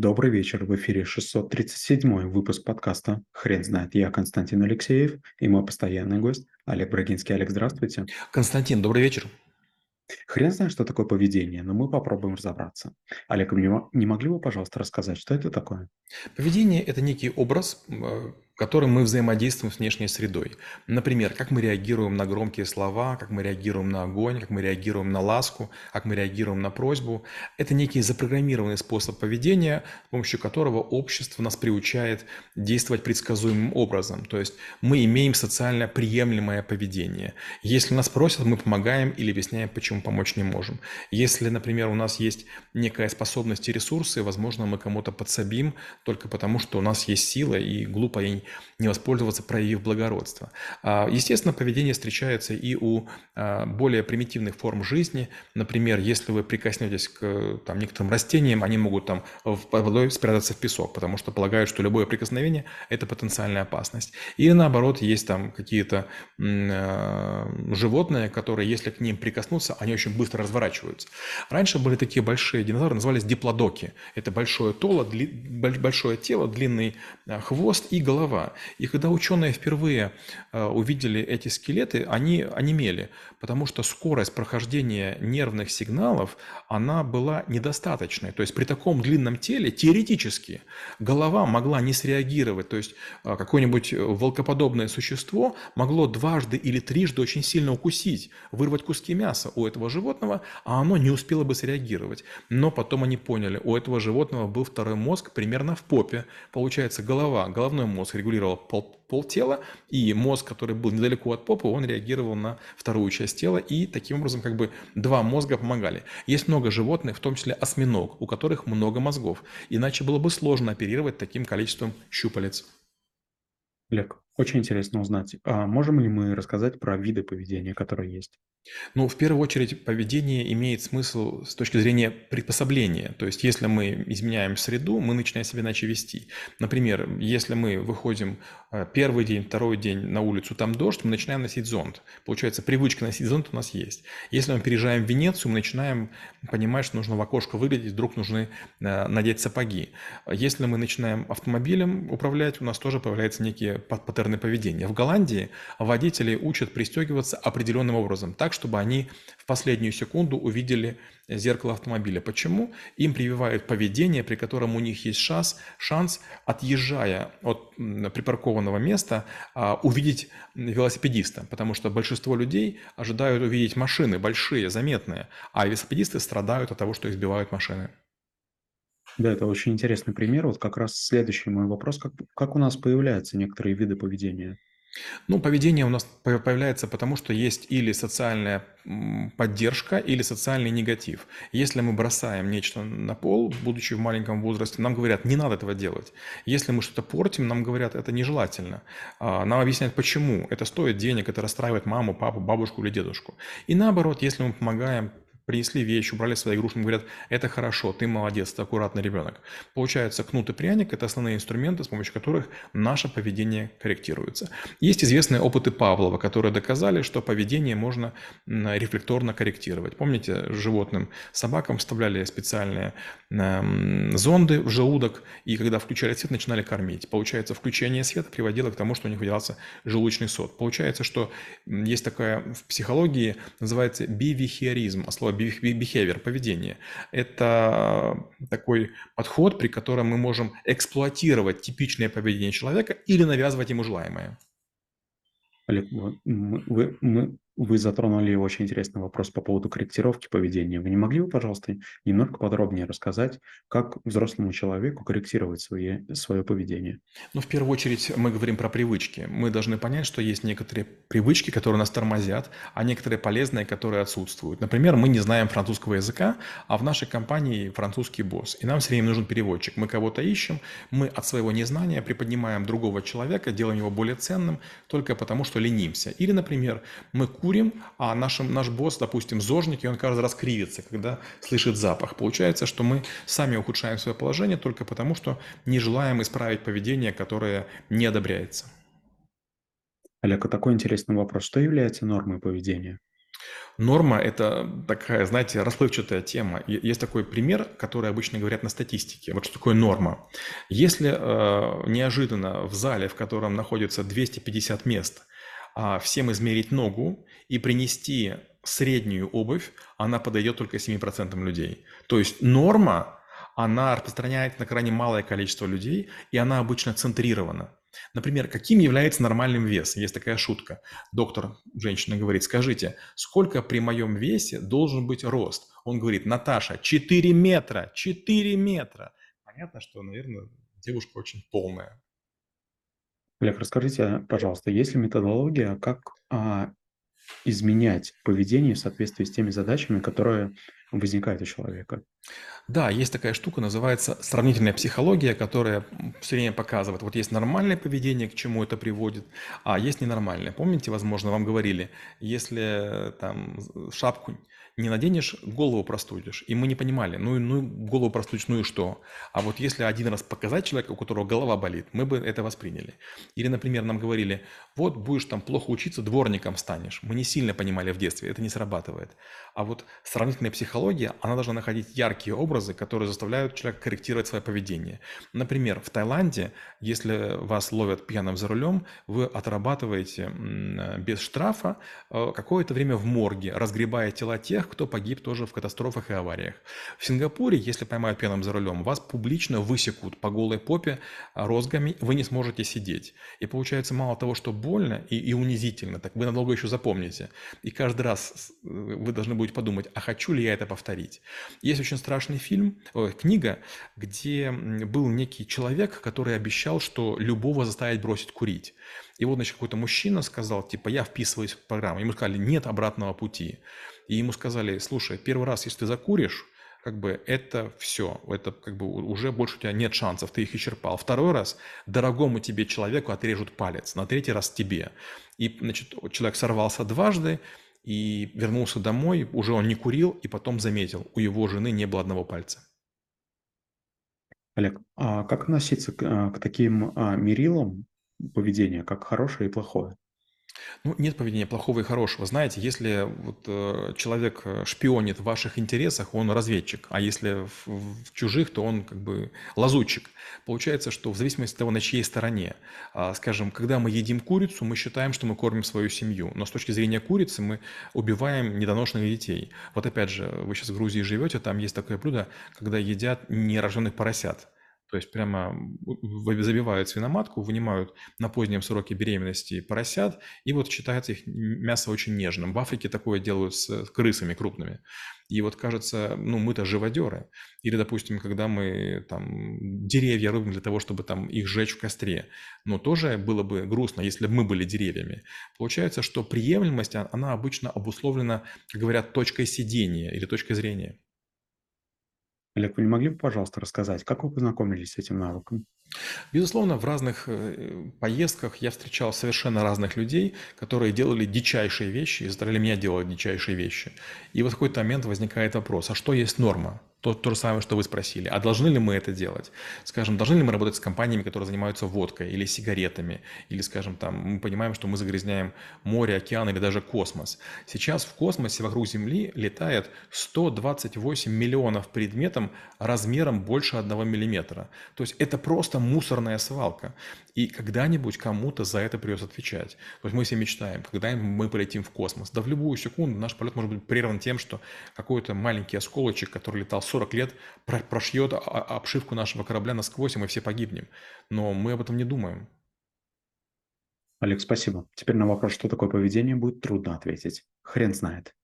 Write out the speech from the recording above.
Добрый вечер. В эфире 637 выпуск подкаста «Хрен знает». Я Константин Алексеев и мой постоянный гость Олег Брагинский. Олег, здравствуйте. Константин, добрый вечер. Хрен знает, что такое поведение, но мы попробуем разобраться. Олег, не могли бы, пожалуйста, рассказать, что это такое? Поведение – это некий образ, которым мы взаимодействуем с внешней средой. Например, как мы реагируем на громкие слова, как мы реагируем на огонь, как мы реагируем на ласку, как мы реагируем на просьбу. Это некий запрограммированный способ поведения, с помощью которого общество нас приучает действовать предсказуемым образом. То есть мы имеем социально приемлемое поведение. Если нас просят, мы помогаем или объясняем, почему помочь не можем. Если, например, у нас есть некая способность и ресурсы, возможно, мы кому-то подсобим только потому, что у нас есть сила, и глупо ей не воспользоваться, проявив благородство. Естественно, поведение встречается и у более примитивных форм жизни. Например, если вы прикоснетесь к некоторым растениям, они могут под водой спрятаться в песок, потому что полагают, что любое прикосновение – это потенциальная опасность. Или наоборот, есть там какие-то животные, которые, если к ним прикоснуться, они очень быстро разворачиваются. Раньше были такие большие динозавры, назывались диплодоки. Это большое тело, длинный хвост и голова. И когда ученые впервые увидели эти скелеты, они онемели, потому что скорость прохождения нервных сигналов, она была недостаточной. То есть при таком длинном теле теоретически голова могла не среагировать. То есть какое-нибудь волкоподобное существо могло дважды или трижды очень сильно укусить, вырвать куски мяса у этого животного, а оно не успело бы среагировать. Но потом они поняли, у этого животного был второй мозг примерно в попе. Получается, головной мозг регулировал полтела, и мозг, который был недалеко от попы, он реагировал на вторую часть тела, и таким образом два мозга помогали. Есть много животных, в том числе осьминог, у которых много мозгов, иначе было бы сложно оперировать таким количеством щупалец. Олег, очень интересно узнать, можем ли мы рассказать про виды поведения, которые есть? Ну, в первую очередь, поведение имеет смысл с точки зрения приспособления. То есть, если мы изменяем среду, мы начинаем себя иначе вести. Например, если мы выходим первый день, второй день на улицу, там дождь, мы начинаем носить зонт. Получается, привычка носить зонт у нас есть. Если мы переезжаем в Венецию, мы начинаем понимать, что нужно в окошко выглядеть, вдруг нужны надеть сапоги. Если мы начинаем автомобилем управлять, у нас тоже появляются некие паттерны поведения. В Голландии водителей учат пристегиваться определенным образом, так, чтобы они в последнюю секунду увидели зеркало автомобиля. Почему? Им прививают поведение, при котором у них есть шанс, отъезжая от припаркованного места, увидеть велосипедиста, потому что большинство людей ожидают увидеть машины большие, заметные, а велосипедисты страдают от того, что их сбивают машины. Да, это очень интересный пример. Вот как раз следующий мой вопрос. Как у нас появляются некоторые виды поведения? Ну, поведение у нас появляется потому, что есть или социальная поддержка, или социальный негатив. Если мы бросаем нечто на пол, будучи в маленьком возрасте, нам говорят, не надо этого делать. Если мы что-то портим, нам говорят, это нежелательно. Нам объясняют, почему. Это стоит денег, это расстраивает маму, папу, бабушку или дедушку. И наоборот, если мы помогаем, принесли вещи, убрали свои игрушки, говорят, это хорошо, ты молодец, ты аккуратный ребенок. Получается, кнут и пряник – это основные инструменты, с помощью которых наше поведение корректируется. Есть известные опыты Павлова, которые доказали, что поведение можно рефлекторно корректировать. Помните, животным, собакам вставляли специальные зонды в желудок, и когда включали свет, начинали кормить. Получается, включение света приводило к тому, что у них выделялся желудочный сок. Получается, что есть такая в психологии, называется бивихеоризм, а слово behavior, поведение. Это такой подход, при котором мы можем эксплуатировать типичное поведение человека или навязывать ему желаемое. Олег, вы затронули очень интересный вопрос по поводу корректировки поведения. Вы не могли бы, пожалуйста, немножко подробнее рассказать, как взрослому человеку корректировать свое поведение? Ну, в первую очередь, мы говорим про привычки. Мы должны понять, что есть некоторые привычки, которые нас тормозят, а некоторые полезные, которые отсутствуют. Например, мы не знаем французского языка, а в нашей компании французский босс, и нам все время нужен переводчик. Мы кого-то ищем, мы от своего незнания приподнимаем другого человека, делаем его более ценным только потому, что ленимся. Или, например, мы курим, а наш босс, допустим, зожник, и он каждый раз кривится, когда слышит запах. Получается, что мы сами ухудшаем свое положение только потому, что не желаем исправить поведение, которое не одобряется. Олег, а такой интересный вопрос. Что является нормой поведения? Норма – это такая, знаете, расплывчатая тема. Есть такой пример, который обычно говорят на статистике. Вот что такое норма. Если неожиданно в зале, в котором находится 250 мест, всем измерить ногу и принести среднюю обувь, она подойдет только 7% людей. То есть норма, она распространяется на крайне малое количество людей, и она обычно центрирована. Например, каким является нормальным вес? Есть такая шутка. Доктор, женщина говорит, скажите, сколько при моем весе должен быть рост? Он говорит, Наташа, 4 метра, 4 метра. Понятно, что, наверное, девушка очень полная. Олег, расскажите, пожалуйста, есть ли методология, как изменять поведение в соответствии с теми задачами, которые возникают у человека? Да, есть такая штука, называется сравнительная психология, которая все время показывает, вот есть нормальное поведение, к чему это приводит, а есть ненормальное. Помните, возможно, вам говорили, если там шапку не наденешь, голову простудишь. И мы не понимали, ну голову простудишь, ну и что? А вот если один раз показать человеку, у которого голова болит, мы бы это восприняли. Или, например, нам говорили, вот будешь там плохо учиться, дворником станешь. Мы не сильно понимали в детстве, это не срабатывает. А вот сравнительная психология, она должна находить яркие образы, которые заставляют человека корректировать свое поведение. Например, в Таиланде, если вас ловят пьяным за рулем, вы отрабатываете без штрафа какое-то время в морге, разгребая тела тех, кто погиб тоже в катастрофах и авариях. В Сингапуре, если поймают пьяным за рулем, вас публично высекут по голой попе розгами, вы не сможете сидеть. И получается мало того, что больно и унизительно, так вы надолго еще запомните. И каждый раз вы должны будете подумать, а хочу ли я это повторить. Есть очень страшный книга, где был некий человек, который обещал, что любого заставит бросить курить. И вот, значит, какой-то мужчина сказал, типа, я вписываюсь в программу. Ему сказали, нет обратного пути. И ему сказали, слушай, первый раз, если ты закуришь, как бы это все, это как бы уже больше у тебя нет шансов, ты их исчерпал. Второй раз дорогому тебе человеку отрежут палец, на третий раз тебе. И, значит, человек сорвался дважды и вернулся домой, уже он не курил, и потом заметил, у его жены не было одного пальца. Олег, а как относиться к таким мерилам поведения, как хорошее и плохое? Ну, нет поведения плохого и хорошего. Знаете, если вот, человек шпионит в ваших интересах, он разведчик, а если в чужих, то он как бы лазутчик. Получается, что в зависимости от того, на чьей стороне, скажем, когда мы едим курицу, мы считаем, что мы кормим свою семью, но с точки зрения курицы мы убиваем недоношенных детей. Вот опять же, вы сейчас в Грузии живете, там есть такое блюдо, когда едят нерожденных поросят. То есть прямо забивают свиноматку, вынимают на позднем сроке беременности поросят, и вот считается их мясо очень нежным. В Африке такое делают с крысами крупными. И вот кажется, ну мы-то живодеры. Или, допустим, когда мы там деревья рубим для того, чтобы там их сжечь в костре. Но тоже было бы грустно, если бы мы были деревьями. Получается, что приемлемость, она обычно обусловлена, как говорят, точкой сидения или точкой зрения. Олег, вы не могли бы, пожалуйста, рассказать, как вы познакомились с этим навыком? Безусловно, в разных поездках я встречал совершенно разных людей, которые делали дичайшие вещи и заставляли меня делать дичайшие вещи. И вот в какой-то момент возникает вопрос, а что есть норма? То же самое, что вы спросили. А должны ли мы это делать? Скажем, должны ли мы работать с компаниями, которые занимаются водкой или сигаретами? Или, скажем, там, мы понимаем, что мы загрязняем море, океан или даже космос. Сейчас в космосе вокруг Земли летает 128 миллионов предметов размером больше 1 миллиметра. То есть это просто мусорная свалка. И когда-нибудь кому-то за это придется отвечать. То есть мы все мечтаем, когда мы полетим в космос. Да в любую секунду наш полет может быть прерван тем, что какой-то маленький осколочек, который летал 40 лет, прошьет обшивку нашего корабля насквозь, и мы все погибнем. Но мы об этом не думаем. Олег, спасибо. Теперь на вопрос, что такое поведение, будет трудно ответить. Хрен знает.